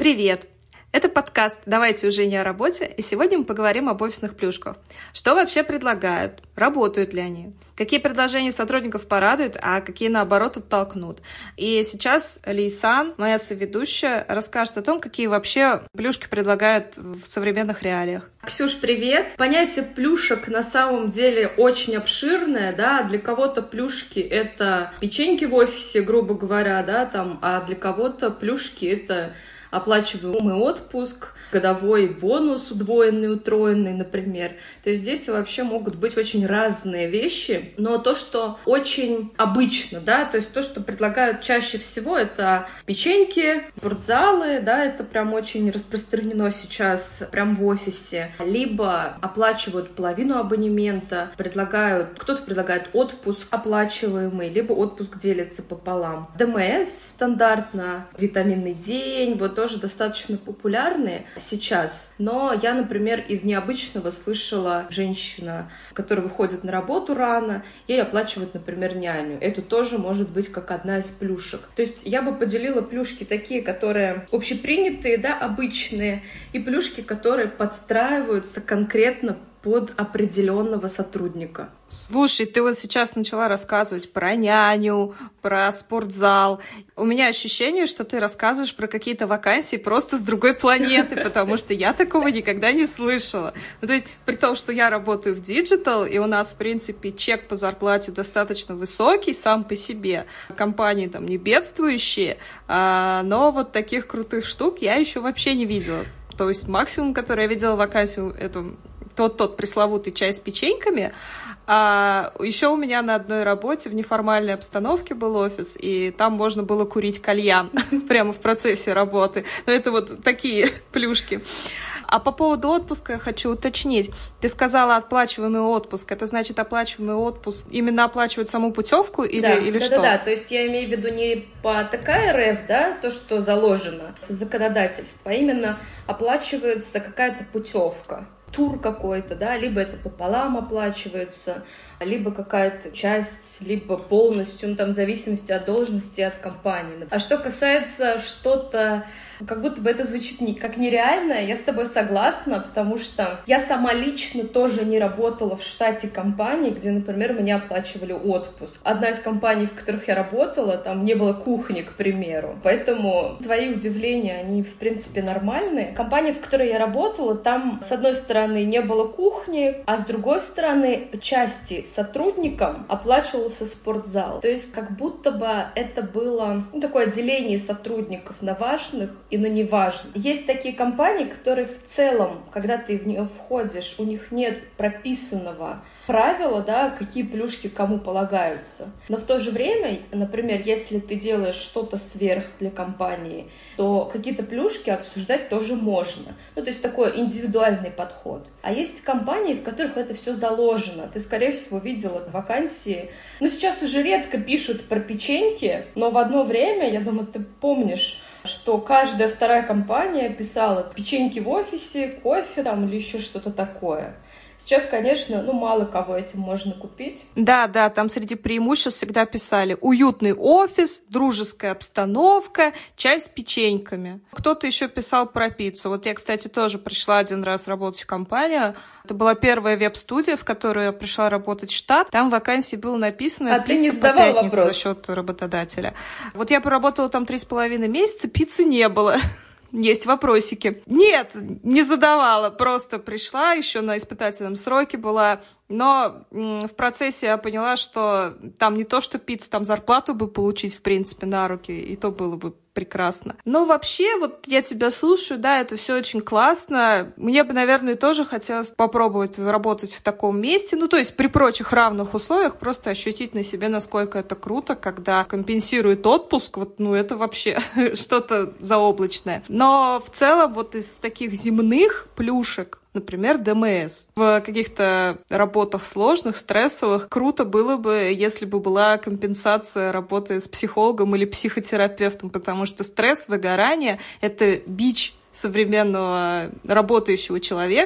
Привет! Это подкаст «Давайте уже не о работе», и сегодня мы поговорим об офисных плюшках. Что вообще предлагают? Работают ли они? Какие предложения сотрудников порадуют, а какие, наоборот, оттолкнут? И сейчас Лейсан, моя соведущая, расскажет о том, какие вообще плюшки предлагают в современных реалиях. Ксюш, привет! Понятие плюшек на самом деле очень обширное, да, для кого-то плюшки — это печеньки в офисе, грубо говоря, да, там, а для кого-то плюшки — это оплачиваемый отпуск, годовой бонус удвоенный, утроенный, например. То есть здесь вообще могут быть очень разные вещи, но то, что очень обычно, да, то есть то, что предлагают чаще всего, это печеньки, спортзалы, да, это прям очень распространено сейчас прям в офисе, либо оплачивают половину абонемента, кто-то предлагает отпуск оплачиваемый, либо отпуск делится пополам. ДМС стандартно, витаминный день, вот тоже достаточно популярные сейчас. Но я, например, из необычного слышала женщина, которая выходит на работу рано, ей оплачивают, например, няню. Это тоже может быть как одна из плюшек. То есть я бы поделила плюшки такие, которые общепринятые, да, обычные, и плюшки, которые подстраиваются конкретно под определенного сотрудника. Слушай, ты вот сейчас начала рассказывать про няню, про спортзал. У меня ощущение, что ты рассказываешь про какие-то вакансии просто с другой планеты, потому что я такого никогда не слышала. Ну, то есть, при том, что я работаю в диджитал, и у нас, в принципе, чек по зарплате достаточно высокий сам по себе. Компании там не бедствующие, но вот таких крутых штук я еще вообще не видела. То есть максимум, который я видела вакансию, это тот пресловутый чай с печеньками. А еще у меня на одной работе в неформальной обстановке был офис, и там можно было курить кальян прямо в процессе работы. Но это вот такие плюшки. А по поводу отпуска я хочу уточнить. Ты сказала оплачиваемый отпуск. Это значит оплачиваемый отпуск именно оплачивают саму путевку или что? Да. То есть я имею в виду не по ТК РФ, да, то, что заложено в законодательство, а именно оплачивается какая-то путевка. Тур какой-то, да, либо это пополам оплачивается, либо какая-то часть, либо полностью, ну, там, в зависимости от должности, от компании. А что касается что-то, как будто бы это звучит как нереально, я с тобой согласна, потому что я сама лично тоже не работала в штате компании, где, например, мне оплачивали отпуск. Одна из компаний, в которых я работала, там не было кухни, к примеру. Поэтому твои удивления, они, в принципе, нормальные. Компания, в которой я работала, там, с одной стороны, не было кухни, а с другой стороны, части сотрудникам оплачивался спортзал. То есть как будто бы это было такое отделение сотрудников на важных и на неважных. Есть такие компании, которые в целом, когда ты в нее входишь, у них нет прописанного правила, да, какие плюшки кому полагаются. Но в то же время, например, если ты делаешь что-то сверх для компании, то какие-то плюшки обсуждать тоже можно. Ну, то есть такой индивидуальный подход. А есть компании, в которых это все заложено. Ты, скорее всего, видела вакансии. Ну, сейчас уже редко пишут про печеньки, но в одно время, я думаю, ты помнишь, что каждая вторая компания писала печеньки в офисе, кофе там или еще что-то такое. Сейчас, конечно, мало кого этим можно купить. Да, там среди преимуществ всегда писали уютный офис, дружеская обстановка, чай с печеньками. Кто-то еще писал про пиццу. Вот я, кстати, тоже пришла один раз работать в компанию. Это была первая веб-студия, в которую я пришла работать в штат. Там в вакансии было написано «Пицца по пятницам» за счет работодателя. Вот я поработала там 3,5 месяца, пиццы не было. Есть вопросики. Нет, не задавала, просто пришла, еще на испытательном сроке была. Но в процессе я поняла, что там не то, что пиццу, там зарплату бы получить, в принципе, на руки, и то было бы прекрасно. Но вообще, вот я тебя слушаю, да, это все очень классно. Мне бы, наверное, тоже хотелось попробовать работать в таком месте. Ну, то есть при прочих равных условиях просто ощутить на себе, насколько это круто, когда компенсирует отпуск. Вот, это вообще что-то заоблачное. Но в целом вот из таких земных плюшек, например, ДМС. В каких-то работах сложных, стрессовых круто было бы, если бы была компенсация работы с психологом или психотерапевтом, потому что стресс, выгорание — это бич современного работающего человека.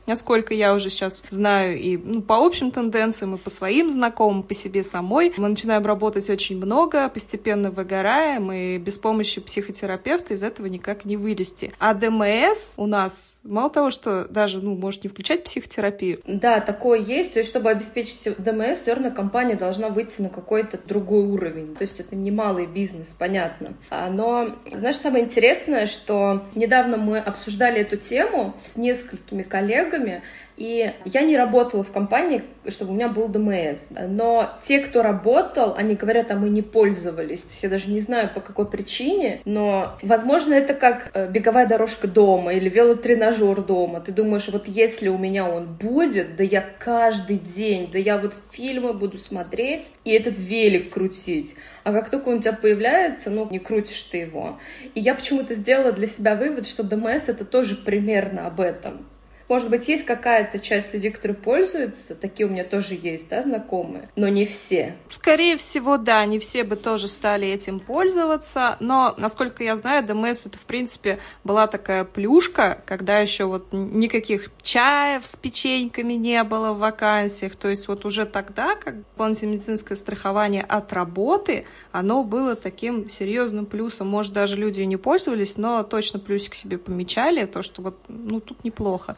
насколько я уже сейчас знаю и по общим тенденциям, и по своим знакомым, по себе самой. Мы начинаем работать очень много, постепенно выгораем, и без помощи психотерапевта из этого никак не вылезти. А ДМС у нас мало того, что даже может не включать психотерапию. Да, такое есть. То есть, чтобы обеспечить ДМС, все равно компания должна выйти на какой-то другой уровень. То есть это не малый бизнес, понятно. Но, знаешь, самое интересное, что недавно мы обсуждали эту тему с несколькими коллегами, и я не работала в компании, чтобы у меня был ДМС. Но те, кто работал, они говорят, мы не пользовались. То есть я даже не знаю, по какой причине, но, возможно, это как беговая дорожка дома или велотренажер дома. Ты думаешь, вот если у меня он будет, да я каждый день, да я вот фильмы буду смотреть и этот велик крутить. А как только он у тебя появляется, не крутишь ты его. И я почему-то сделала для себя вывод, что ДМС — это тоже примерно об этом. Может быть, есть какая-то часть людей, которые пользуются, такие у меня тоже есть, да, знакомые, но не все. Скорее всего, да, не все бы тоже стали этим пользоваться, но, насколько я знаю, ДМС — это, в принципе, была такая плюшка, когда еще никаких чаев с печеньками не было в вакансиях, то есть уже тогда, как дополнительное медицинское страхование от работы, оно было таким серьезным плюсом. Может, даже люди и не пользовались, но точно плюсик себе помечали, то, что тут неплохо.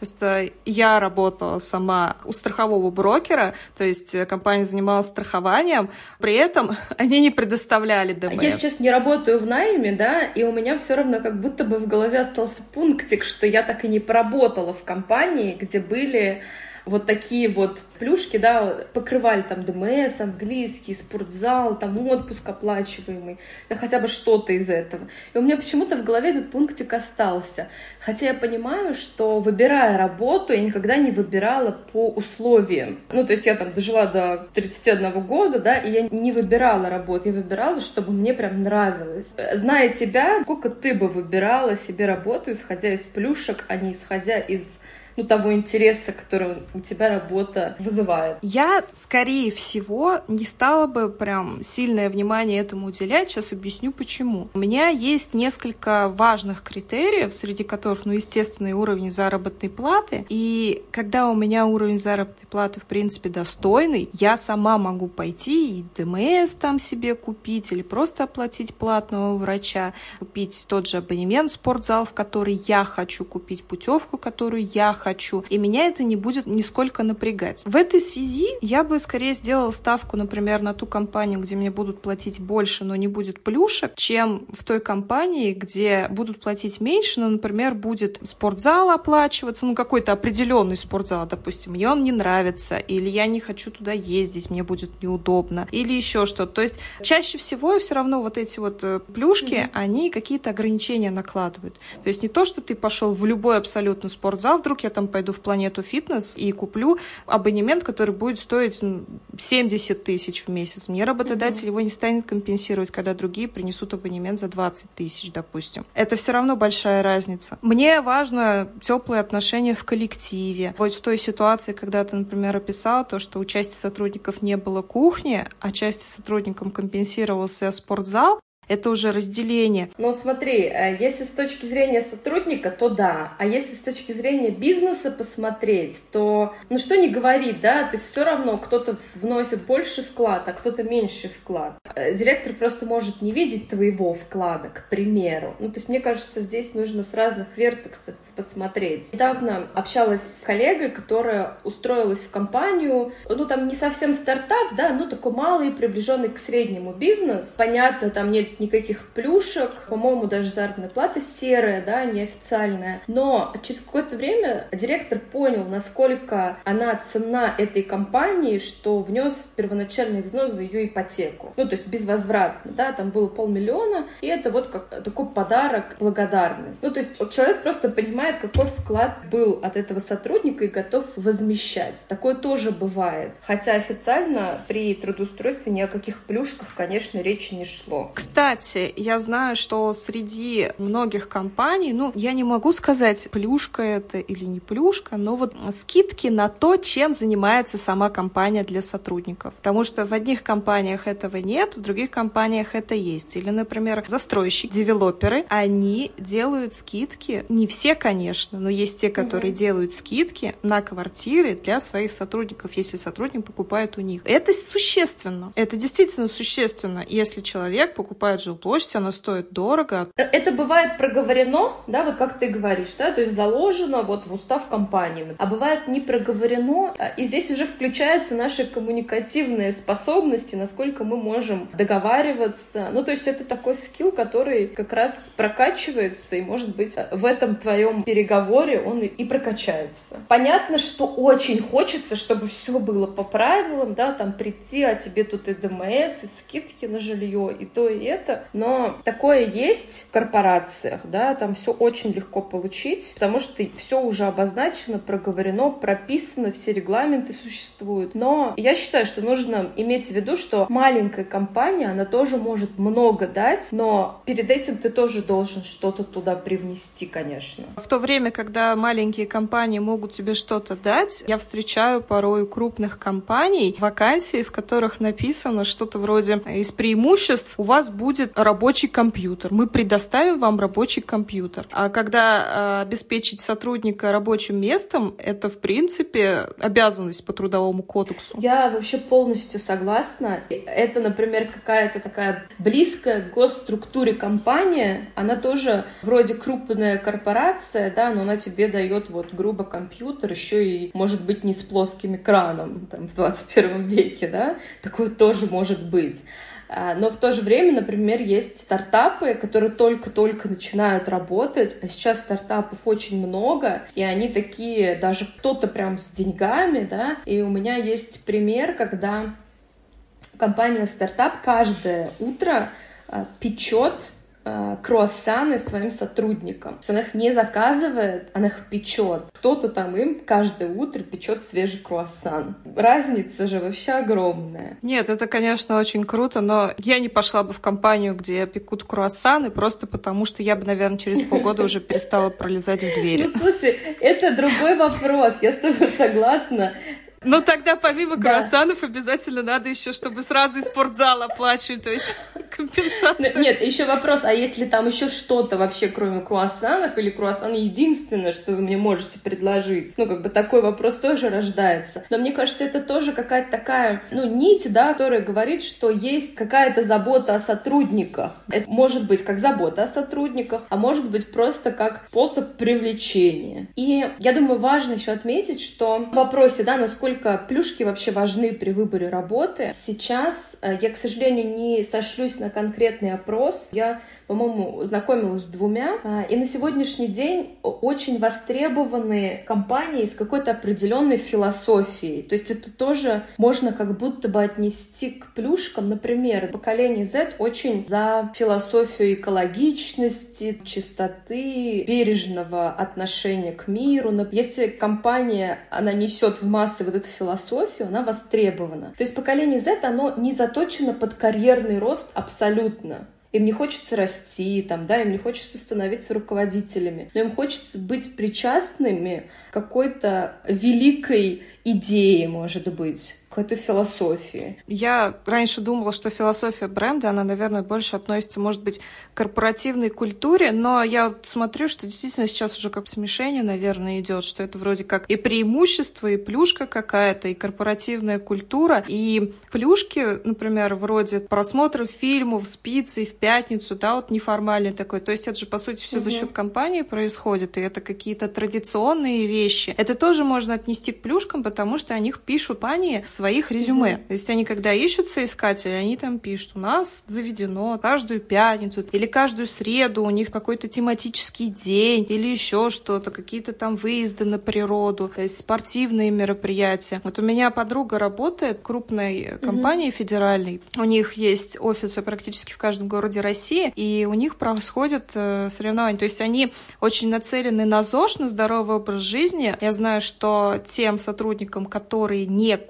Я работала сама у страхового брокера, то есть компания занималась страхованием, при этом они не предоставляли ДМС. Я сейчас не работаю в найме, да, и у меня все равно как будто бы в голове остался пунктик, что я так и не поработала в компании, где были вот такие вот плюшки, да, покрывали там ДМС, английский, спортзал, там отпуск оплачиваемый, да хотя бы что-то из этого. И у меня почему-то в голове этот пунктик остался. Хотя я понимаю, что, выбирая работу, я никогда не выбирала по условиям. То есть я там дожила до 31 года, да, и я не выбирала работу, я выбирала, чтобы мне прям нравилось. Зная тебя, сколько ты бы выбирала себе работу, исходя из плюшек, а не исходя из того интереса, который у тебя работа вызывает. Я, скорее всего, не стала бы прям сильное внимание этому уделять. Сейчас объясню, почему. У меня есть несколько важных критериев, среди которых, естественно, уровень заработной платы. И когда у меня уровень заработной платы, в принципе, достойный, я сама могу пойти и ДМС там себе купить, или просто оплатить платного врача, купить тот же абонемент в спортзал, в который я хочу, купить путевку, которую я хочу, и меня это не будет нисколько напрягать. В этой связи я бы скорее сделала ставку, например, на ту компанию, где мне будут платить больше, но не будет плюшек, чем в той компании, где будут платить меньше, но, например, будет спортзал оплачиваться, какой-то определенный спортзал, допустим, мне он не нравится, или я не хочу туда ездить, мне будет неудобно, или еще что-то. То есть чаще всего все равно эти плюшки, они какие-то ограничения накладывают. То есть не то, что ты пошел в любой абсолютно спортзал, вдруг я там пойду в Планету Фитнес и куплю абонемент, который будет стоить 70 тысяч в месяц. Мне работодатель его не станет компенсировать, когда другие принесут абонемент за 20 тысяч, допустим. Это все равно большая разница. Мне важно теплые отношения в коллективе. В той ситуации, когда ты, например, описал то, что у части сотрудников не было кухни, а части сотрудникам компенсировался спортзал, это уже разделение. Смотри, если с точки зрения сотрудника, то да. А если с точки зрения бизнеса посмотреть, то, что не говорить, да, то есть все равно кто-то вносит больше вклад, а кто-то меньше вклад. Директор просто может не видеть твоего вклада, к примеру. То есть мне кажется, здесь нужно с разных вертексов посмотреть. Недавно общалась с коллегой, которая устроилась в компанию, там не совсем стартап, да, такой малый, приближенный к среднему бизнес. Понятно, там нет никаких плюшек, по-моему, даже заработная плата серая, да, неофициальная. Но через какое-то время директор понял, насколько она ценна этой компании, что внес первоначальный взнос за ее ипотеку. То есть безвозвратно, да, там было 500 000, и это как такой подарок, благодарность. То есть человек просто понимает, какой вклад был от этого сотрудника и готов возмещать. Такое тоже бывает. Хотя официально при трудоустройстве ни о каких плюшках, конечно, речи не шло. Кстати, кстати, я знаю, что среди многих компаний, я не могу сказать, плюшка это или не плюшка, но вот скидки на то, чем занимается сама компания для сотрудников. Потому что в одних компаниях этого нет, в других компаниях это есть. Или, например, застройщики, девелоперы, они делают скидки, не все, конечно, но есть те, которые делают скидки на квартиры для своих сотрудников, если сотрудник покупает у них. Это существенно. Это действительно существенно. Если человек покупает жилплощадь, она стоит дорого. Это бывает проговорено, да, вот как ты говоришь, да, то есть заложено вот в устав компании. А бывает не проговорено, и здесь уже включаются наши коммуникативные способности, насколько мы можем договариваться. То есть это такой скилл, который как раз прокачивается, и, может быть, в этом твоем переговоре он и прокачается. Понятно, что очень хочется, чтобы все было по правилам, да, там прийти, а тебе тут и ДМС, и скидки на жилье, и то, и это. Но такое есть в корпорациях, да, там все очень легко получить, потому что все уже обозначено, проговорено, прописано, все регламенты существуют. Но я считаю, что нужно иметь в виду, что маленькая компания, она тоже может много дать, но перед этим ты тоже должен что-то туда привнести, конечно. В то время, когда маленькие компании могут тебе что-то дать, я встречаю порой у крупных компаний вакансии, в которых написано что-то вроде из преимуществ у вас будет рабочий компьютер. Мы предоставим вам рабочий компьютер. А когда обеспечить сотрудника рабочим местом, это, в принципе, обязанность по Трудовому кодексу. Я вообще полностью согласна. Это, например, какая-то такая близкая к госструктуре компания. Она тоже вроде крупная корпорация, да, но она тебе дает вот грубо компьютер, еще и, может быть, не с плоским экраном там, в 21 веке, да. Такое тоже может быть. Но в то же время, например, есть стартапы, которые только-только начинают работать, а сейчас стартапов очень много, и они такие, даже кто-то прям с деньгами, да, и у меня есть пример, когда компания стартап каждое утро печет круассаны своим сотрудникам. То есть она их не заказывает, она их печет. Кто-то там им каждое утро печет свежий круассан. Разница же вообще огромная. Нет, это, конечно, очень круто, но я не пошла бы в компанию, где пекут круассаны, просто потому что я бы, наверное, через полгода уже перестала пролезать в двери. Слушай, это другой вопрос, я с тобой согласна. Но тогда помимо круассанов обязательно надо еще, чтобы сразу из спортзала оплачивали, то есть компенсация. Нет, еще вопрос, а есть ли там еще что-то вообще, кроме круассанов, или круассан единственное, что вы мне можете предложить? Такой вопрос тоже рождается. Но мне кажется, это тоже какая-то такая, нить, да, которая говорит, что есть какая-то забота о сотрудниках. Это может быть как забота о сотрудниках, а может быть просто как способ привлечения. И я думаю, важно еще отметить, что в вопросе, да, насколько плюшки вообще важны при выборе работы. Сейчас я, к сожалению, не сошлюсь на конкретный опрос. Я, по-моему, знакомилась с 2. И на сегодняшний день очень востребованы компании с какой-то определенной философией. То есть это тоже можно как будто бы отнести к плюшкам. Например, поколение Z очень за философию экологичности, чистоты, бережного отношения к миру. Но если компания, она несет в массы вот эту философию, она востребована. То есть поколение Z, оно не заточено под карьерный рост абсолютно. Им не хочется расти, им не хочется становиться руководителями, но им хочется быть причастными к какой-то великой идее, может быть, какой-то философии. Я раньше думала, что философия бренда, она, наверное, больше относится, может быть, к корпоративной культуре, но я смотрю, что действительно сейчас уже как смешение, наверное, идет, что это вроде как и преимущество, и плюшка какая-то, и корпоративная культура, и плюшки, например, вроде просмотра фильмов с пиццей в пятницу, да, вот неформальный такой, то есть это же, по сути, все за счет компании происходит, и это какие-то традиционные вещи. Это тоже можно отнести к плюшкам, потому что о них пишут компании в своих резюме. То есть они, когда ищут соискателей, они там пишут: у нас заведено каждую пятницу или каждую среду у них какой-то тематический день или еще что-то, какие-то там выезды на природу, то есть спортивные мероприятия. Вот у меня подруга работает в крупной компании федеральной, у них есть офисы практически в каждом городе России, и у них происходят соревнования. То есть они очень нацелены на ЗОЖ, на здоровый образ жизни. Я знаю, что тем сотрудникам, которые не курят,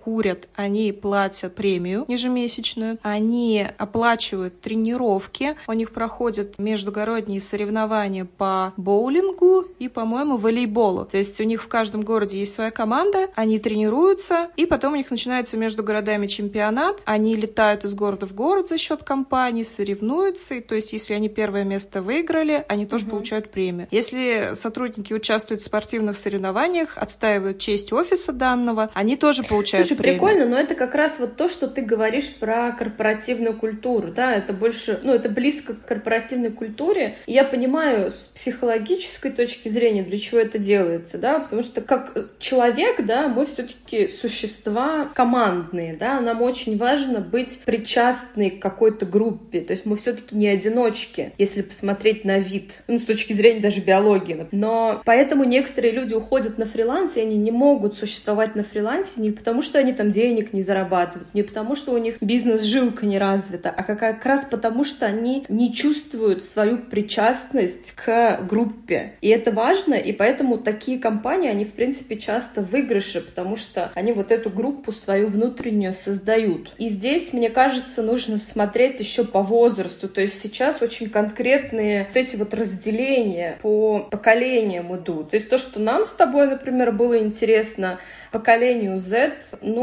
лет они платят премию ежемесячную, они оплачивают тренировки, у них проходят междугородние соревнования по боулингу и, по-моему, волейболу. То есть у них в каждом городе есть своя команда, они тренируются, и потом у них начинается между городами чемпионат, они летают из города в город за счет компании, соревнуются, и, то есть если они первое место выиграли, они тоже получают премию. Если сотрудники участвуют в спортивных соревнованиях, отстаивают честь офиса данного, они тоже получают премию. Прикольно, но это как раз вот то, что ты говоришь про корпоративную культуру, да, это больше, это близко к корпоративной культуре, и я понимаю с психологической точки зрения, для чего это делается, да, потому что как человек, да, мы все-таки существа командные, да, нам очень важно быть причастны к какой-то группе, то есть мы все-таки не одиночки, если посмотреть на вид, с точки зрения даже биологии, но поэтому некоторые люди уходят на фриланс, и они не могут существовать на фрилансе не потому, что они там денег не зарабатывают, не потому, что у них бизнес-жилка не развита, а как раз потому, что они не чувствуют свою причастность к группе. И это важно, и поэтому такие компании, они, в принципе, часто в выигрыше, потому что они вот эту группу свою внутреннюю создают. И здесь, мне кажется, нужно смотреть еще по возрасту. То есть сейчас очень конкретные вот эти вот разделения по поколениям идут. То есть то, что нам с тобой, например, было интересно, поколению Z,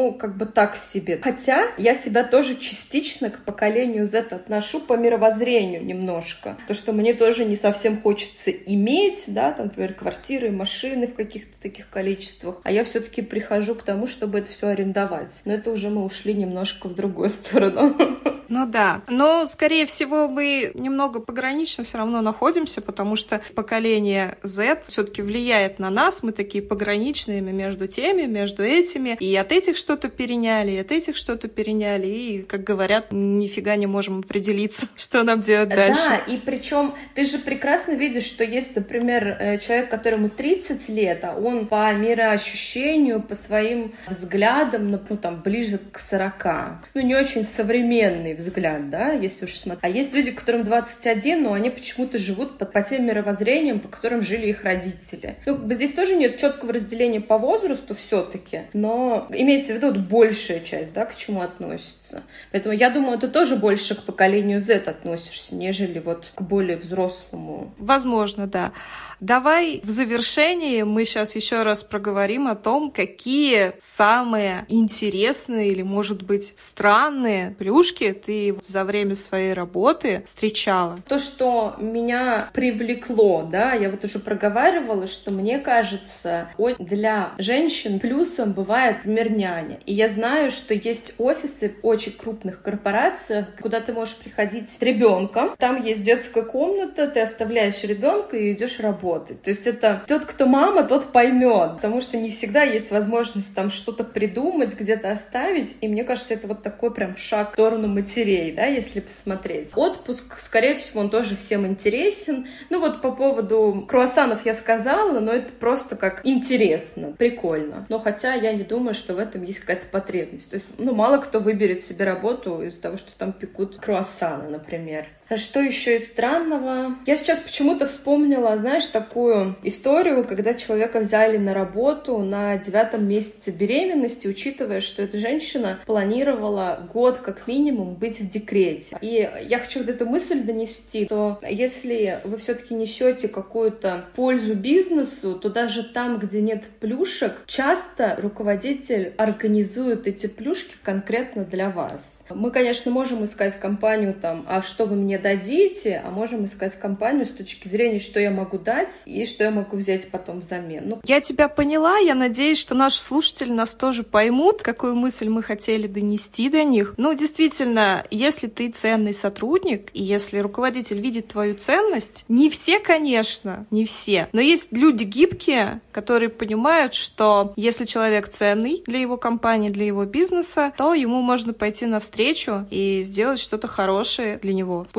так себе. Хотя я себя тоже частично к поколению Z отношу по мировоззрению немножко. То, что мне тоже не совсем хочется иметь, да, там, например, квартиры, машины в каких-то таких количествах. А я все-таки прихожу к тому, чтобы это все арендовать. Но это уже мы ушли немножко в другую сторону. Ну да, но, скорее всего, мы немного погранично все равно находимся, потому что поколение Z все-таки влияет на нас, мы такие пограничные между теми, между этими, и от этих что-то переняли, и от этих что-то переняли, и, как говорят, нифига не можем определиться, что нам делать дальше. Да, и причем ты же прекрасно видишь, что есть, например, человек, которому 30 лет, а он по мироощущению, по своим взглядам, ближе к 40. Не очень современный взгляд, да, если уж смотреть. А есть люди, которым 21, но они почему-то живут по тем мировоззрениям, по которым жили их родители. Здесь тоже нет четкого разделения по возрасту все-таки, но имеется в виду большая часть, да, к чему относится. Поэтому я думаю, ты тоже больше к поколению Z относишься, нежели к более взрослому. Возможно, да. Давай в завершении мы сейчас еще раз проговорим о том, какие самые интересные или, может быть, странные плюшки ты за время своей работы встречала. То, что меня привлекло, да, я уже проговаривала, что мне кажется, для женщин плюсом бывает, например, няня. И я знаю, что есть офисы в очень крупных корпорациях, куда ты можешь приходить с ребенком, там есть детская комната, ты оставляешь ребенка и идешь работать. То есть это тот, кто мама, тот поймет, потому что не всегда есть возможность там что-то придумать, где-то оставить, и мне кажется, это такой прям шаг в сторону матерей, да, если посмотреть. Отпуск, скорее всего, он тоже всем интересен. По поводу круассанов я сказала, но это просто как интересно, прикольно. Но хотя я не думаю, что в этом есть какая-то потребность. То есть, мало кто выберет себе работу из-за того, что там пекут круассаны, например. А что еще из странного? Я сейчас почему-то вспомнила, знаешь, такую историю, когда человека взяли на работу на 9 месяце беременности, учитывая, что эта женщина планировала год как минимум быть в декрете. И я хочу эту мысль донести, что если вы все-таки несете какую-то пользу бизнесу, то даже там, где нет плюшек, часто руководитель организует эти плюшки конкретно для вас. Мы, конечно, можем искать компанию а что вы мне дадите, а можем искать компанию с точки зрения, что я могу дать и что я могу взять потом взамен. Я тебя поняла, я надеюсь, что наши слушатели нас тоже поймут, какую мысль мы хотели донести до них. Действительно, если ты ценный сотрудник, и если руководитель видит твою ценность, не все, конечно, не все, но есть люди гибкие, которые понимают, что если человек ценный для его компании, для его бизнеса, то ему можно пойти навстречу и сделать что-то хорошее для него. Пусть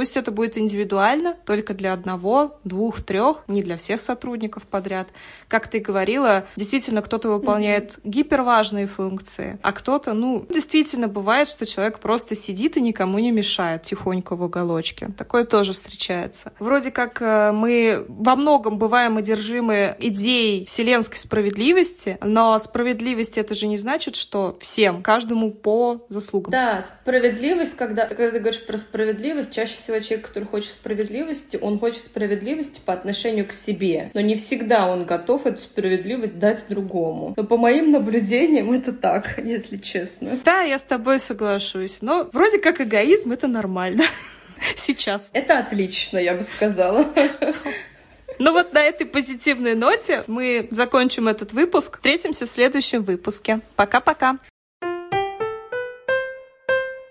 есть это будет индивидуально, только для одного, двух, трех, не для всех сотрудников подряд. Как ты говорила, действительно, кто-то выполняет гиперважные функции, а кто-то, действительно бывает, что человек просто сидит и никому не мешает тихонько в уголочке. Такое тоже встречается. Вроде как мы во многом бываем одержимы идеей вселенской справедливости, но справедливость — это же не значит, что всем, каждому по заслугам. Да, справедливость, когда ты говоришь про справедливость, чаще всего человек, который хочет справедливости, он хочет справедливости по отношению к себе, но не всегда он готов эту справедливость дать другому. Но по моим наблюдениям это так, если честно. Да, я с тобой соглашусь, но вроде как эгоизм — это нормально сейчас. Это отлично, я бы сказала. Ну вот на этой позитивной ноте мы закончим этот выпуск. Встретимся в следующем выпуске. Пока-пока.